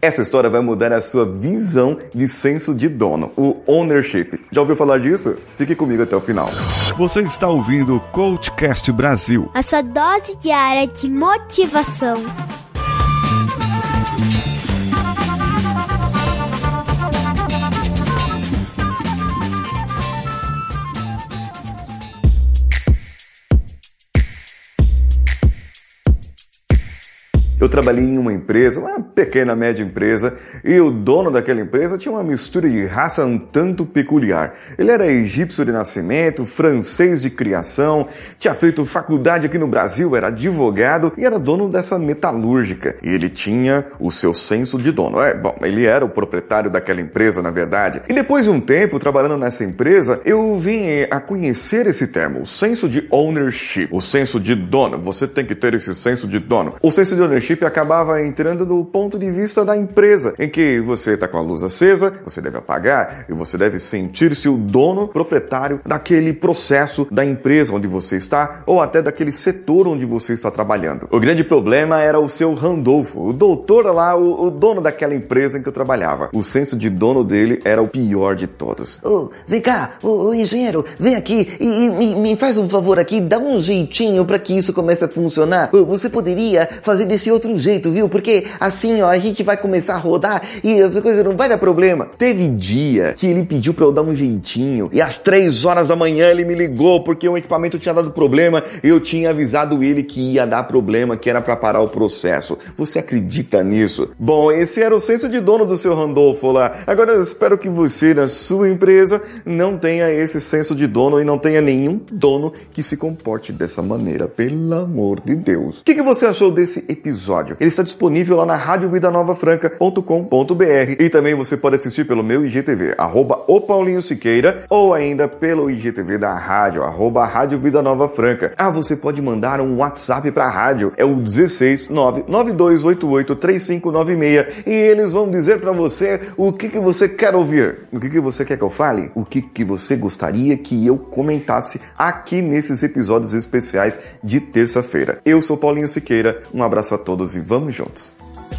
Essa história vai mudar a sua visão de senso de dono, o ownership. Já ouviu falar disso? Fique comigo até o final. Você está ouvindo o Coachcast Brasil, a sua dose diária de motivação. Eu trabalhei em uma empresa, uma pequena, média empresa, e o dono daquela empresa tinha uma mistura de raça um tanto peculiar. Ele era egípcio de nascimento, francês de criação, tinha feito faculdade aqui no Brasil, era advogado e era dono dessa metalúrgica. E ele tinha o seu senso de dono. Ele era o proprietário daquela empresa, na verdade. E depois de um tempo trabalhando nessa empresa, eu vim a conhecer esse termo, o senso de ownership, o senso de dono. Você tem que ter esse senso de dono. O senso de ownership acabava entrando do ponto de vista da empresa, em que você está com a luz acesa, você deve apagar e você deve sentir-se o dono, proprietário daquele processo da empresa onde você está ou até daquele setor onde você está trabalhando. O grande problema era o seu Randolfo, o doutor lá, o dono daquela empresa em que eu trabalhava. O senso de dono dele era o pior de todos. Vem cá, engenheiro, vem aqui e me faz um favor aqui, dá um jeitinho para que isso comece a funcionar. Você poderia fazer desse outro jeito, viu? Porque assim, a gente vai começar a rodar e as coisas não vai dar problema. Teve dia que ele pediu pra eu dar um jeitinho e às 3 horas da manhã ele me ligou porque o equipamento tinha dado problema. Eu tinha avisado ele que ia dar problema, que era pra parar o processo. Você acredita nisso? Bom, esse era o senso de dono do seu Randolfo lá. Agora eu espero que você, na sua empresa, não tenha esse senso de dono e não tenha nenhum dono que se comporte dessa maneira. Pelo amor de Deus. O que você achou desse episódio? Ele está disponível lá na radiovidanovafranca.com.br e também você pode assistir pelo meu IGTV, @opaulinhosiqueira, ou ainda pelo IGTV da rádio, @Rádio Vida Nova Franca. Você pode mandar um WhatsApp para a rádio, é o 16992883596 e eles vão dizer para você o que você quer ouvir, o que você quer que eu fale, o que você gostaria que eu comentasse aqui nesses episódios especiais de terça-feira. Eu sou Paulinho Siqueira, um abraço a todos e vamos juntos.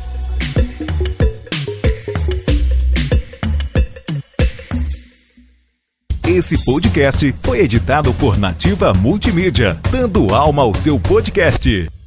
Esse podcast foi editado por Nativa Multimídia, dando alma ao seu podcast.